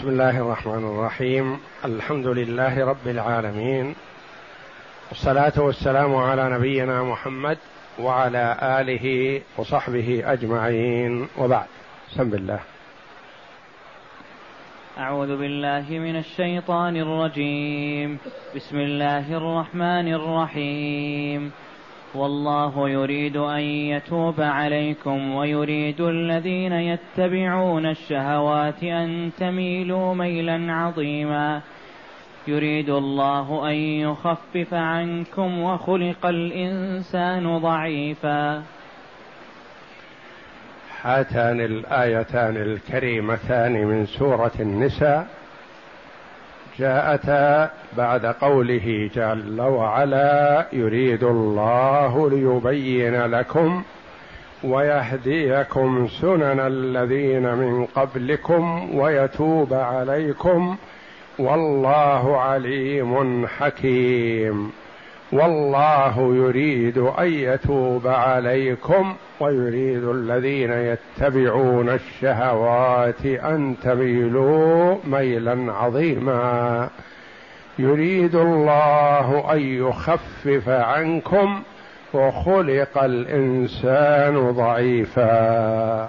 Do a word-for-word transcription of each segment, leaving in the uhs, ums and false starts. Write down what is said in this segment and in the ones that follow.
بسم الله الرحمن الرحيم. الحمد لله رب العالمين، والصلاة والسلام على نبينا محمد وعلى آله وصحبه أجمعين، وبعد. بسم الله. أعوذ بالله من الشيطان الرجيم. بسم الله الرحمن الرحيم. والله يريد أن يتوب عليكم ويريد الذين يتبعون الشهوات أن تميلوا ميلا عظيما. يريد الله أن يخفف عنكم وخلق الإنسان ضعيفا. هاتان الآيتان الكريمتان من سورة النساء جاءتا بعد قوله جل وعلا: يريد الله ليبين لكم ويهديكم سنن الذين من قبلكم ويتوب عليكم والله عليم حكيم. والله يريد أن يتوب عليكم ويريد الذين يتبعون الشهوات أن تميلوا ميلا عظيما. يريد الله أن يخفف عنكم وخلق الإنسان ضعيفا.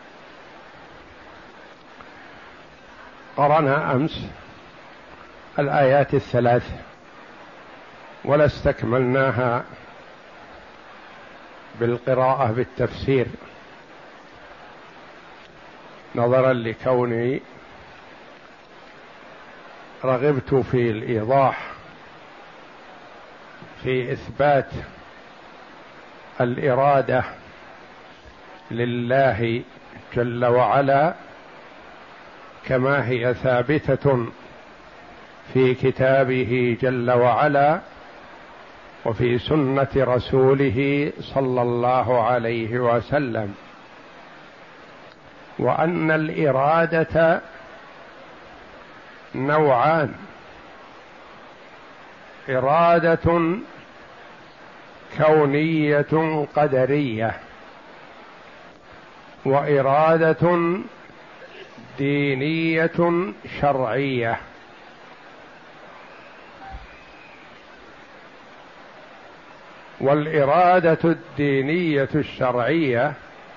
قرأنا أمس الآيات الثلاث ولا استكملناها بالقراءة بالتفسير، نظرا لكوني رغبت في الإيضاح في إثبات الإرادة لله جل وعلا كما هي ثابتة في كتابه جل وعلا وفي سنة رسوله صلى الله عليه وسلم، وأن الإرادة نوعان: إرادة كونية قدرية، وإرادة دينية شرعية. والإرادة الدينية الشرعية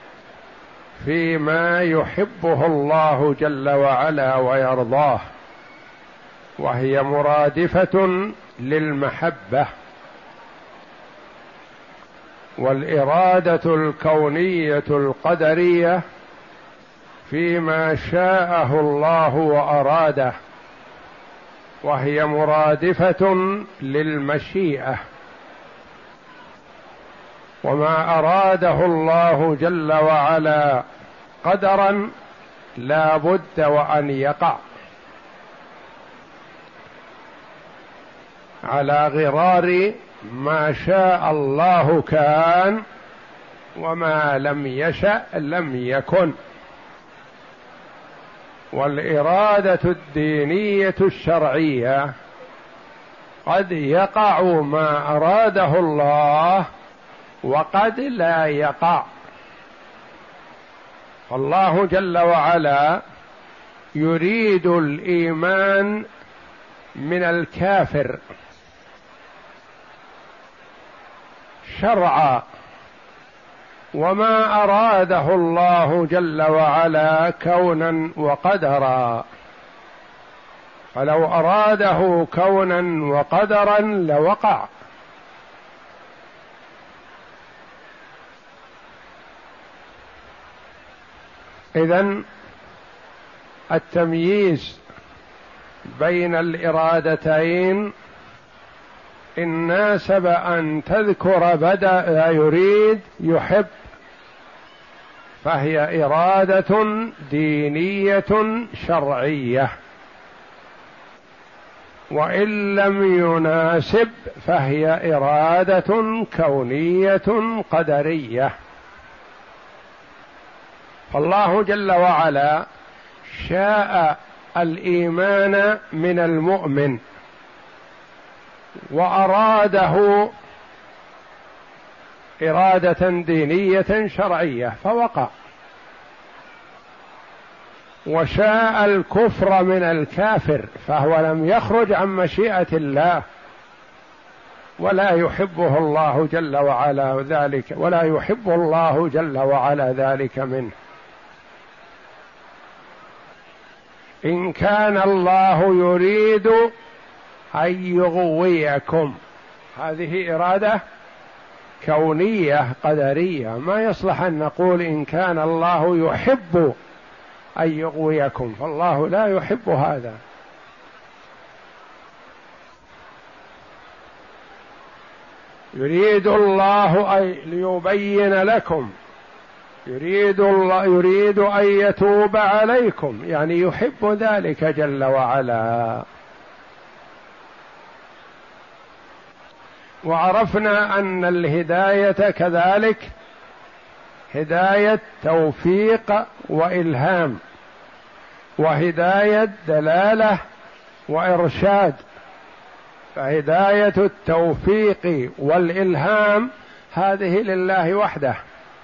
فيما يحبه الله جل وعلا ويرضاه، وهي مرادفة للمحبة. والإرادة الكونية القدرية فيما شاءه الله وأراده، وهي مرادفة للمشيئة. وما أراده الله جل وعلا قدرا لا بد وأن يقع، على غرار ما شاء الله كان وما لم يشأ لم يكن. والإرادة الدينية الشرعية قد يقع ما أراده الله وقد لا يقع. الله جل وعلا يريد الإيمان من الكافر شرعا، وما أراده الله جل وعلا كونا وقدرا. فلو أراده كونا وقدرا لوقع. إذن التمييز بين الإرادتين إن ناسب أن تذكر بدأ يريد يحب، فهي إرادة دينية شرعية، وإن لم يناسب فهي إرادة كونية قدرية. فالله جل وعلا شاء الإيمان من المؤمن وأراده إرادة دينية شرعية فوقع. وشاء الكفر من الكافر فهو لم يخرج عن مشيئة الله، ولا يحبه الله جل وعلا ذلك، ولا يحب الله جل وعلا ذلك منه. إن كان الله يريد أن يغويكم، هذه إرادة كونية قدرية، ما يصلح أن نقول إن كان الله يحب أن يغويكم، فالله لا يحب هذا. يريد الله أن ليبين لكم، يريد الله يريد أن يتوب عليكم، يعني يحب ذلك جل وعلا. وعرفنا أن الهداية كذلك هداية توفيق وإلهام، وهداية دلالة وإرشاد. فهداية التوفيق والإلهام هذه لله وحده،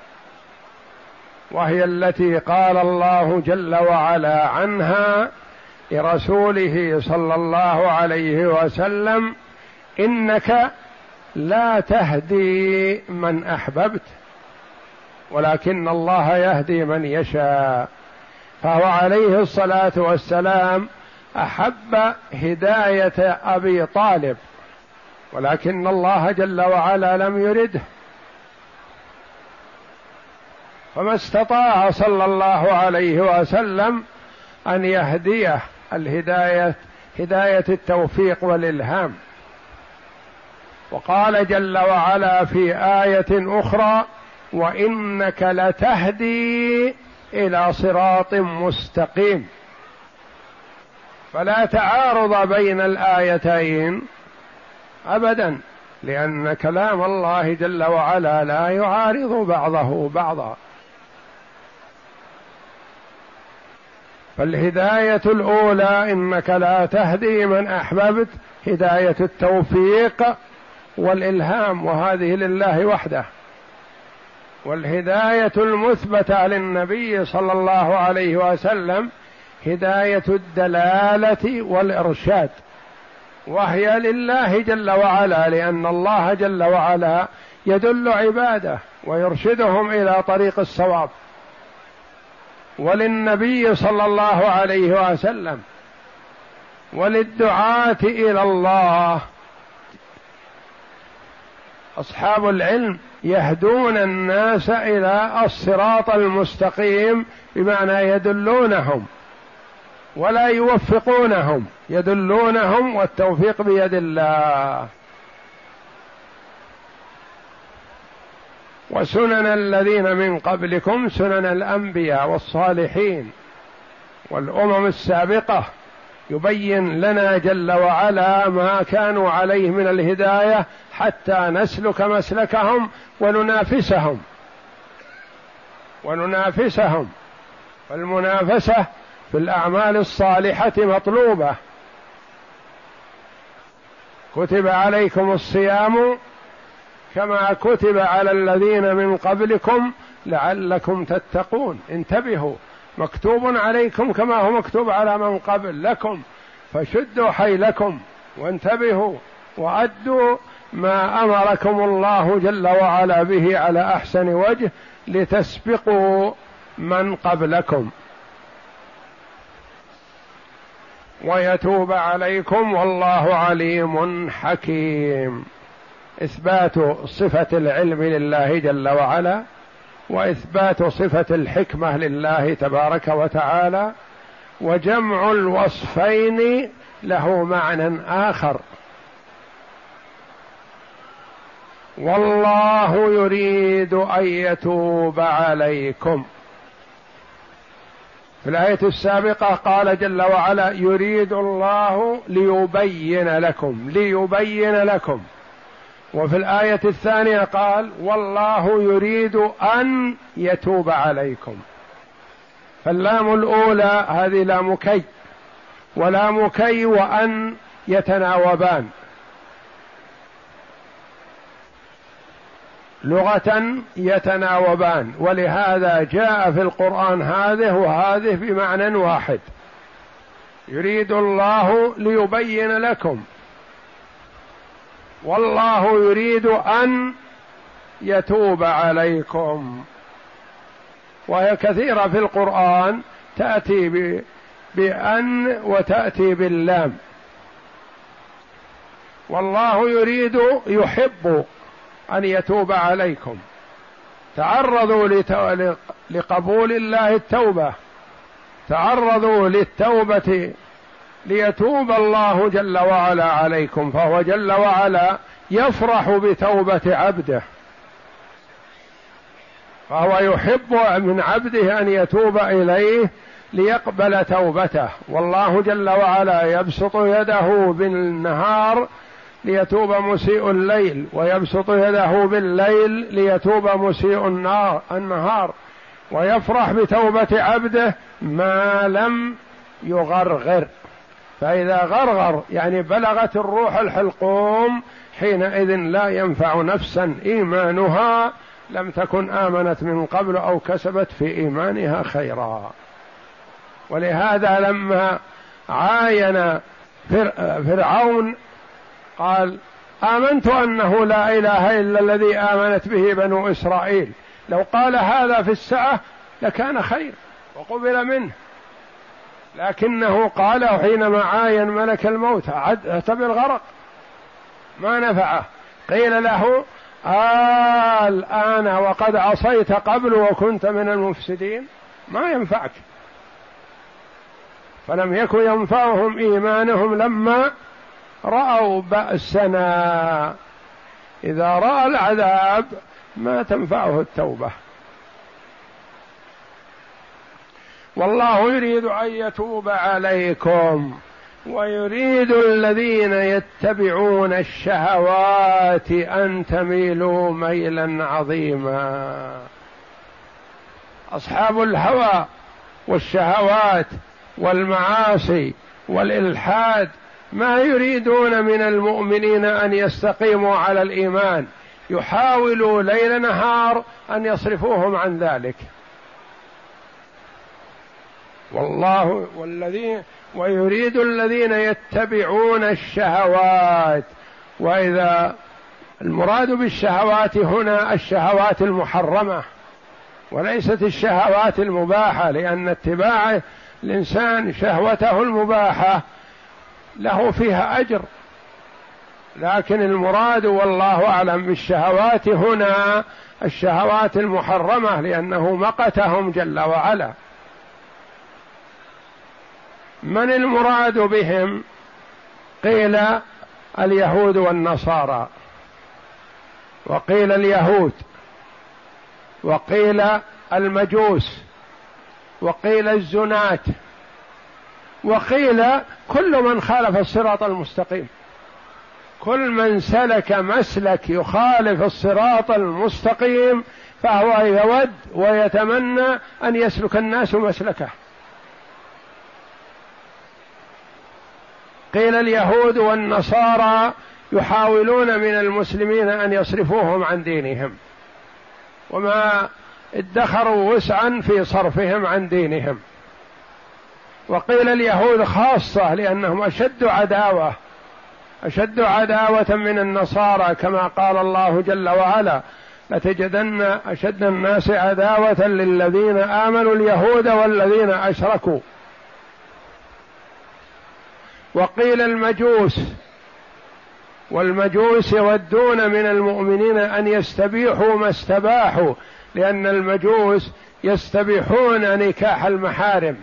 وهي التي قال الله جل وعلا عنها لرسوله صلى الله عليه وسلم: إنك لا تهدي من أحببت ولكن الله يهدي من يشاء. فهو عليه الصلاة والسلام أحب هداية أبي طالب، ولكن الله جل وعلا لم يرده، فما استطاع صلى الله عليه وسلم أن يهديه الهداية، هداية التوفيق والإلهام. وقال جل وعلا في آية أخرى: وإنك لتهدي إلى صراط مستقيم. فلا تعارض بين الآيتين أبدا، لأن كلام الله جل وعلا لا يعارض بعضه بعضا. فالهداية الأولى إنك لا تهدي من أحببت، هداية التوفيق والإلهام، وهذه لله وحده. والهداية المثبتة للنبي صلى الله عليه وسلم هداية الدلالة والإرشاد، وهي لله جل وعلا، لأن الله جل وعلا يدل عباده ويرشدهم إلى طريق الصواب. وللنبي صلى الله عليه وسلم وللدعاة إلى الله أصحاب العلم يهدون الناس إلى الصراط المستقيم، بمعنى يدلونهم ولا يوفقونهم، يدلونهم والتوفيق بيد الله. وسنن الذين من قبلكم سنن الأنبياء والصالحين والأمم السابقة، يبين لنا جل وعلا ما كانوا عليه من الهداية حتى نسلك مسلكهم وننافسهم وننافسهم والمنافسة في الأعمال الصالحة مطلوبة. كتب عليكم الصيام كما كتب على الذين من قبلكم لعلكم تتقون. انتبهوا، مكتوب عليكم كما هو مكتوب على من قبل لكم، فشدوا حيلكم وانتبهوا وأدوا ما أمركم الله جل وعلا به على أحسن وجه لتسبقوا من قبلكم ويتوب عليكم والله عليم حكيم. إثبات صفة العلم لله جل وعلا، وإثبات صفة الحكمة لله تبارك وتعالى، وجمع الوصفين له معنى آخر. والله يريد أن يتوب عليكم. في الآية السابقة قال جل وعلا: يريد الله ليبين لكم، ليبين لكم. وفي الآية الثانية قال: والله يريد أن يتوب عليكم. فاللام الأولى هذه لام كي، ولام كي وأن لغة يتناوبان، ولهذا جاء في القرآن هذه وهذه بمعنى واحد، يريد الله ليبين لكم، والله يريد أن يتوب عليكم. وهي كثيرة في القرآن تأتي بأن وتأتي باللام. والله يريد يحب أن يتوب عليكم، تعرضوا لقبول الله التوبة، تعرضوا للتوبة ليتوب الله جل وعلا عليكم، فهو جل وعلا يفرح بتوبة عبده، فهو يحب من عبده أن يتوب إليه ليقبل توبته. والله جل وعلا يبسط يده بالنهار ليتوب مسيء الليل، ويبسط يده بالليل ليتوب مسيء النهار، ويفرح بتوبة عبده ما لم يغرغر. فإذا غرغر يعني بلغت الروح الحلقوم، حينئذ لا ينفع نفسا إيمانها لم تكن آمنت من قبل أو كسبت في إيمانها خيرا. ولهذا لما عاين فرعون قال آمنت أنه لا إله إلا الذي آمنت به بنو إسرائيل، لو قال هذا في الساعة لكان خير وقبل منه، لكنه قال حينما عاين ملك الموت أتى بالغرق ما نفعه، قيل له آه الآن وقد عصيت قبل وكنت من المفسدين، ما ينفعك. فلم يكن ينفعهم إيمانهم لما رأوا بأسنا، إذا رأى العذاب ما تنفعه التوبة. والله يريد أن يتوب عليكم ويريد الذين يتبعون الشهوات أن تميلوا ميلا عظيما. أصحاب الهوى والشهوات والمعاصي والإلحاد ما يريدون من المؤمنين أن يستقيموا على الإيمان، يحاولوا ليل نهار أن يصرفوهم عن ذلك. والله والذين ويريد الذين يتبعون الشهوات. وإذا المراد بالشهوات هنا الشهوات المحرمة وليست الشهوات المباحة، لأن اتباع الإنسان شهوته المباحة له فيها أجر، لكن المراد والله أعلم بالشهوات هنا الشهوات المحرمة، لأنه مقتهم جل وعلا. من المراد بهم؟ قيل اليهود والنصارى، وقيل اليهود، وقيل المجوس، وقيل الزناة، وقيل كل من خالف الصراط المستقيم. كل من سلك مسلك يخالف الصراط المستقيم فهو يود ويتمنى أن يسلك الناس مسلكه. قيل اليهود والنصارى يحاولون من المسلمين أن يصرفوهم عن دينهم، وما ادخروا وسعا في صرفهم عن دينهم. وقيل اليهود خاصة لأنهم أشد عداوة أشد عداوة من النصارى، كما قال الله جل وعلا لتجدن أشد الناس عداوة للذين آمنوا اليهود والذين أشركوا. وقيل المجوس، والمجوس يودون من المؤمنين أن يستبيحوا ما استباحوا، لأن المجوس يستبيحون نكاح المحارم،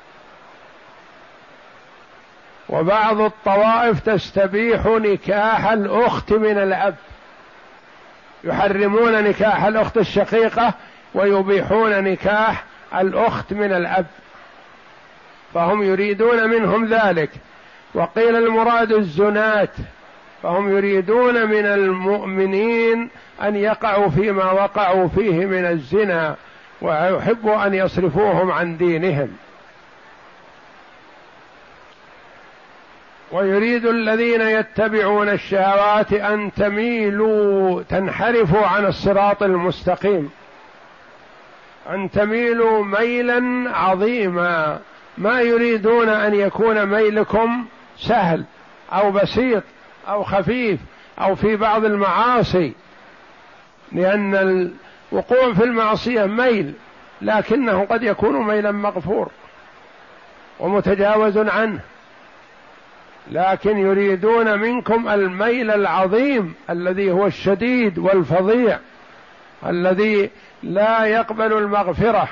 وبعض الطوائف تستبيح نكاح الأخت من الأب، يحرمون نكاح الأخت الشقيقة ويبيحون نكاح الأخت من الأب، فهم يريدون منهم ذلك. وقيل المراد الزنات، فهم يريدون من المؤمنين أن يقعوا فيما وقعوا فيه من الزنا، ويحبوا أن يصرفوهم عن دينهم. ويريد الذين يتبعون الشهوات أن تميلوا تنحرفوا عن الصراط المستقيم، أن تميلوا ميلا عظيما. ما يريدون أن يكون ميلكم سهل أو بسيط أو خفيف أو في بعض المعاصي، لأن الوقوع في المعصية ميل، لكنه قد يكون ميلا مغفور ومتجاوز عنه، لكن يريدون منكم الميل العظيم الذي هو الشديد والفظيع الذي لا يقبل المغفرة.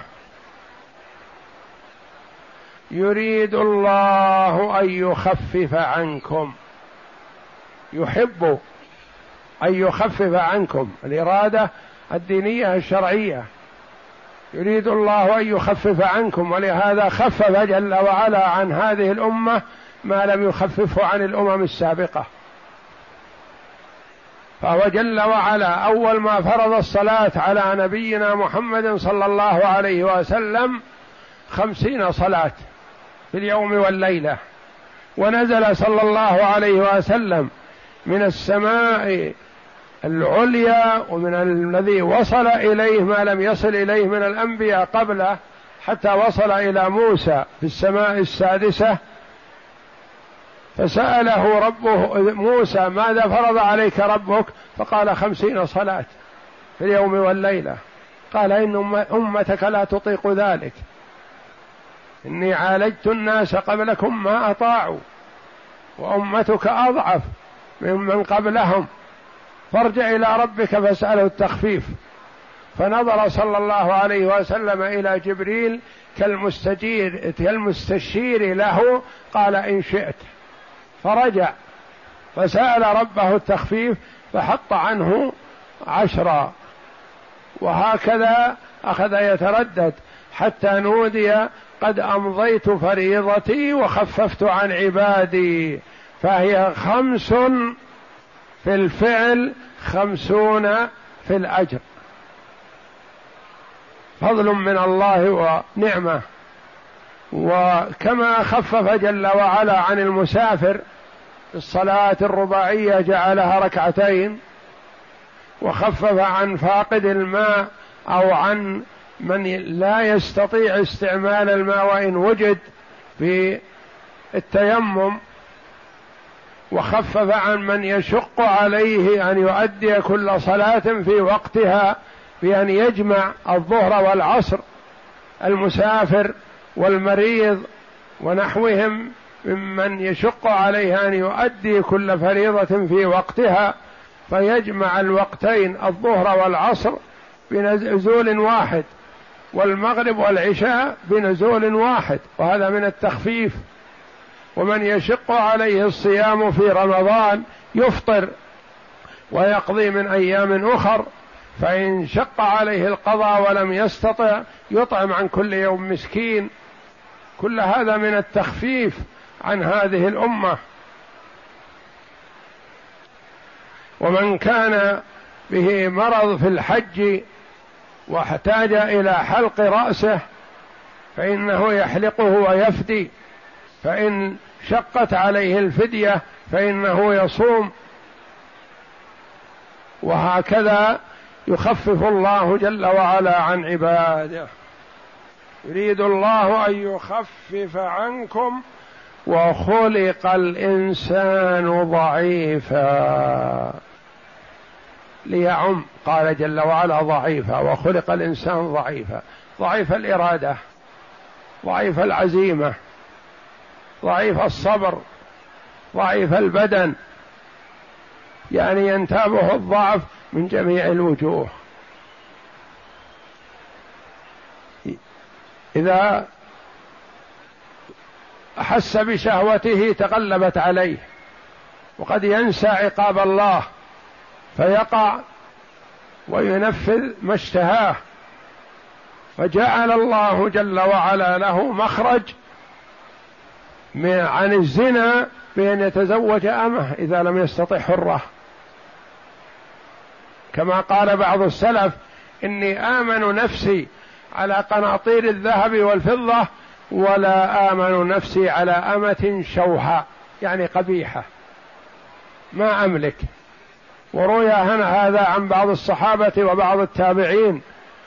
يريد الله أن يخفف عنكم، يحب أن يخفف عنكم، الإرادة الدينية الشرعية. يريد الله أن يخفف عنكم، ولهذا خفف جل وعلا عن هذه الأمة ما لم يخففه عن الأمم السابقة. فهو جل وعلا أول ما فرض الصلاة على نبينا محمد صلى الله عليه وسلم خمسين صلاة في اليوم والليلة، ونزل صلى الله عليه وسلم من السماء العليا ومن الذي وصل إليه ما لم يصل إليه من الأنبياء قبله، حتى وصل إلى موسى في السماء السادسة، فسأله ربه موسى ماذا فرض عليك ربك؟ فقال خمسين صلاة في اليوم والليلة. قال إن أمتك لا تطيق ذلك، إني عالجت الناس قبلكم ما أطاعوا، وأمتك أضعف ممن قبلهم، فارجع إلى ربك فاسأله التخفيف. فنظر صلى الله عليه وسلم إلى جبريل كالمستجير كالمستشير له، قال إن شئت، فرجع فسأل ربه التخفيف فحط عنه عشرا، وهكذا أخذ يتردد حتى نودي قد أمضيت فريضتي وخففت عن عبادي. فهي خمس في الفعل خمسون في الأجر، فضل من الله ونعمة. وكما خفف جل وعلا عن المسافر الصلاة الرباعية جعلها ركعتين، وخفف عن فاقد الماء أو عن من لا يستطيع استعمال الماء وإن وجد في التيمم، وخفف عن من يشق عليه أن يؤدي كل صلاة في وقتها بأن يجمع الظهر والعصر، المسافر والمريض ونحوهم ممن يشق عليه أن يؤدي كل فريضة في وقتها، فيجمع الوقتين الظهر والعصر بنزول واحد، والمغرب والعشاء بنزول واحد، وهذا من التخفيف. ومن يشق عليه الصيام في رمضان يفطر ويقضي من أيام أخر، فإن شق عليه القضاء ولم يستطع يطعم عن كل يوم مسكين. كل هذا من التخفيف عن هذه الأمة. ومن كان به مرض في الحج واحتاج إلى حلق رأسه فإنه يحلقه ويفدي، فإن شقت عليه الفدية فإنه يصوم. وهكذا يخفف الله جل وعلا عن عباده. يريد الله أن يخفف عنكم وخلق الإنسان ضعيفا ليعم، قال جل وعلا ضعيفا، وخلق الإنسان ضعيفا، ضعيف الإرادة، ضعيف العزيمة، ضعيف الصبر، ضعيف البدن، يعني ينتابه الضعف من جميع الوجوه. إذا أحس بشهوته تغلبت عليه، وقد ينسى عقاب الله فيقع وينفذ ما اشتهاه، فجعل الله جل وعلا له مخرج عن الزنا بأن يتزوج أمه إذا لم يستطع حرة، كما قال بعض السلف: إني آمن نفسي على قناطير الذهب والفضة ولا آمن نفسي على أمة شوهاء. يعني قبيحة، ما أملك. وروي هذا عن بعض الصحابة وبعض التابعين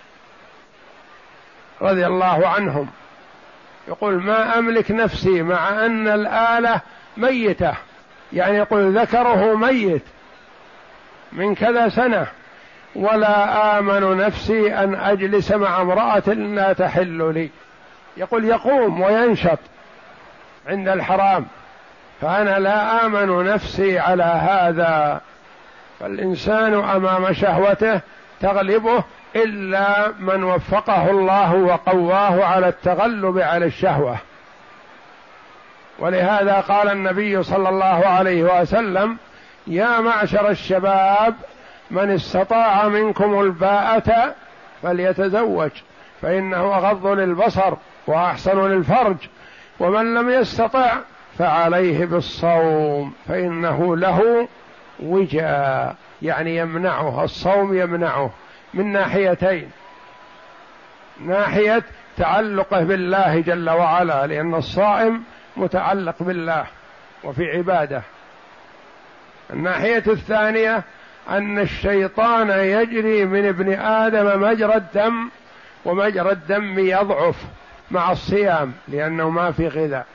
رضي الله عنهم، يقول ما أملك نفسي مع أن الآلة ميتة، يعني يقول ذكره ميت من كذا سنة، ولا آمن نفسي أن أجلس مع امرأة لا تحل لي. يقول يقوم وينشط عند الحرام، فأنا لا آمن نفسي على هذا. فالإنسان أمام شهوته تغلبه إلا من وفقه الله وقواه على التغلب على الشهوة. ولهذا قال النبي صلى الله عليه وسلم: يا معشر الشباب من استطاع منكم الباءة فليتزوج فإنه أغض للبصر وأحسن للفرج، ومن لم يستطع فعليه بالصوم فإنه له وجاء، يعني يمنعه الصوم، يمنعه من ناحيتين: ناحية تعلقه بالله جل وعلا، لأن الصائم متعلق بالله وفي عباده. الناحية الثانية أن الشيطان يجري من ابن آدم مجرى الدم، ومجرى الدم يضعف مع الصيام لأنه ما في غذاء.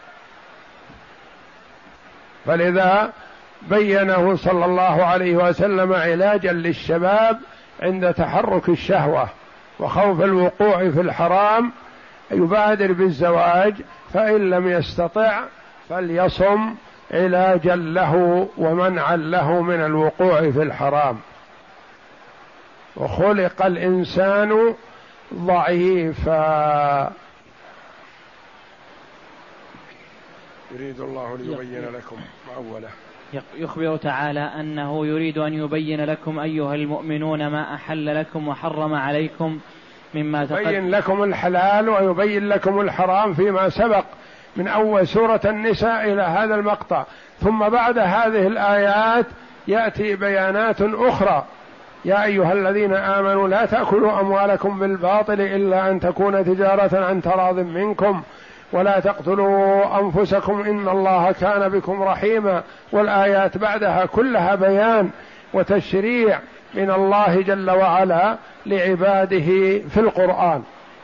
فلذا بينه صلى الله عليه وسلم علاجا للشباب عند تحرك الشهوة وخوف الوقوع في الحرام: يبادر بالزواج، فإن لم يستطع فليصم علاجا له ومنعا له من الوقوع في الحرام. وخلق الإنسان ضعيفا. يريد الله ليبين لكم أوله. يخبر تعالى أنه يريد أن يبين لكم أيها المؤمنون ما أحل لكم وحرم عليكم مما تقدم. يبين لكم الحلال ويبين لكم الحرام فيما سبق من أول سورة النساء إلى هذا المقطع، ثم بعد هذه الآيات يأتي بيانات أخرى: يا أيها الذين آمنوا لا تأكلوا أموالكم بالباطل إلا أن تكون تجارة عن تراض منكم ولا تقتلوا أنفسكم إن الله كان بكم رحيما. والآيات بعدها كلها بيان وتشريع من الله جل وعلا لعباده في القرآن.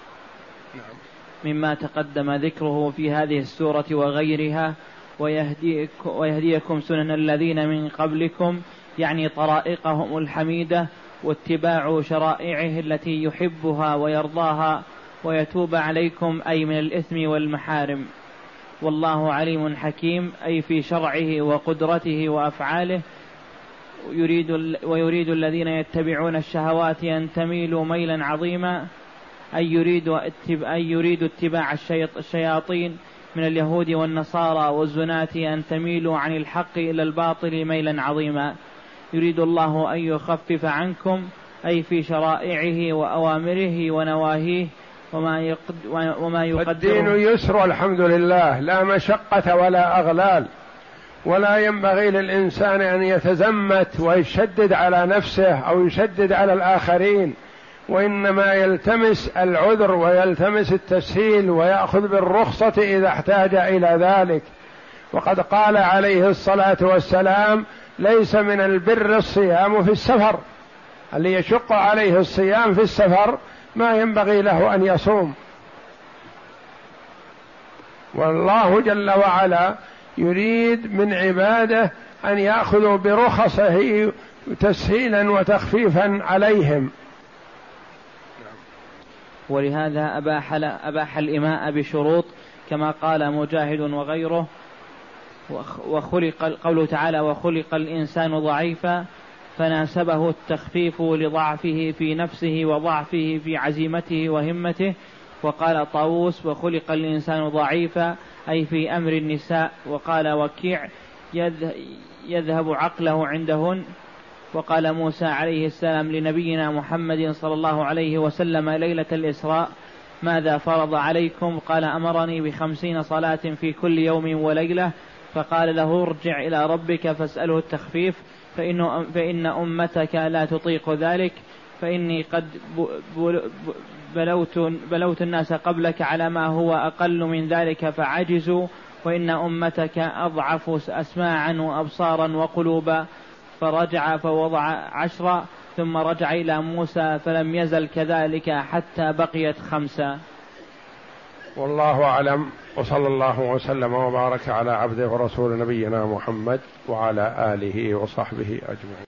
مما تقدم ذكره في هذه السورة وغيرها: ويهديك ويهديكم سنن الذين من قبلكم، يعني طرائقهم الحميدة، واتباع شرائعه التي يحبها ويرضاها، ويتوب عليكم أي من الإثم والمحارم. والله عليم حكيم، أي في شرعه وقدرته وأفعاله. يريد ويريد الذين يتبعون الشهوات أن تميلوا ميلا عظيما، أي يريد أي يريد اتباع الشياطين من اليهود والنصارى والزناة أن تميلوا عن الحق إلى الباطل ميلا عظيما. يريد الله أن يخفف عنكم، أي في شرائعه وأوامره ونواهيه وما يقد وما يقدر. الدين يسر الحمد لله، لا مشقة ولا أغلال، ولا ينبغي للإنسان أن يتزمت ويشدد على نفسه أو يشدد على الآخرين، وإنما يلتمس العذر ويلتمس التسهيل ويأخذ بالرخصة إذا احتاج إلى ذلك. وقد قال عليه الصلاة والسلام: ليس من البر الصيام في السفر. اللي يشق عليه الصيام في السفر ما ينبغي له أن يصوم. والله جل وعلا يريد من عباده أن يأخذوا برخصه تسهيلا وتخفيفا عليهم. ولهذا أباح, أباح الإماء بشروط كما قال مجاهد وغيره. وخلق قوله تعالى: وخلق الإنسان ضعيفا، فناسبه التخفيف لضعفه في نفسه وضعفه في عزيمته وهمته. وقال طاووس: وخلق الإنسان ضعيفا، أي في أمر النساء. وقال وكيع: يذهب عقله عندهن. وقال موسى عليه السلام لنبينا محمد صلى الله عليه وسلم ليلة الإسراء: ماذا فرض عليكم؟ قال: أمرني بخمسين صلاة في كل يوم وليلة. فقال له: ارجع إلى ربك فاسأله التخفيف، فإن, فإن أمتك لا تطيق ذلك، فإني قد بلوت, بلوت الناس قبلك على ما هو أقل من ذلك فعجزوا، وإن أمتك أضعف أسماعا وأبصارا وقلوبا. فرجع فوضع عشرا ثم رجع إلى موسى فلم يزل كذلك حتى بقيت خمسا. والله أعلم، وصلى الله وسلم وبارك على عبده ورسول نبينا محمد وعلى آله وصحبه أجمعين.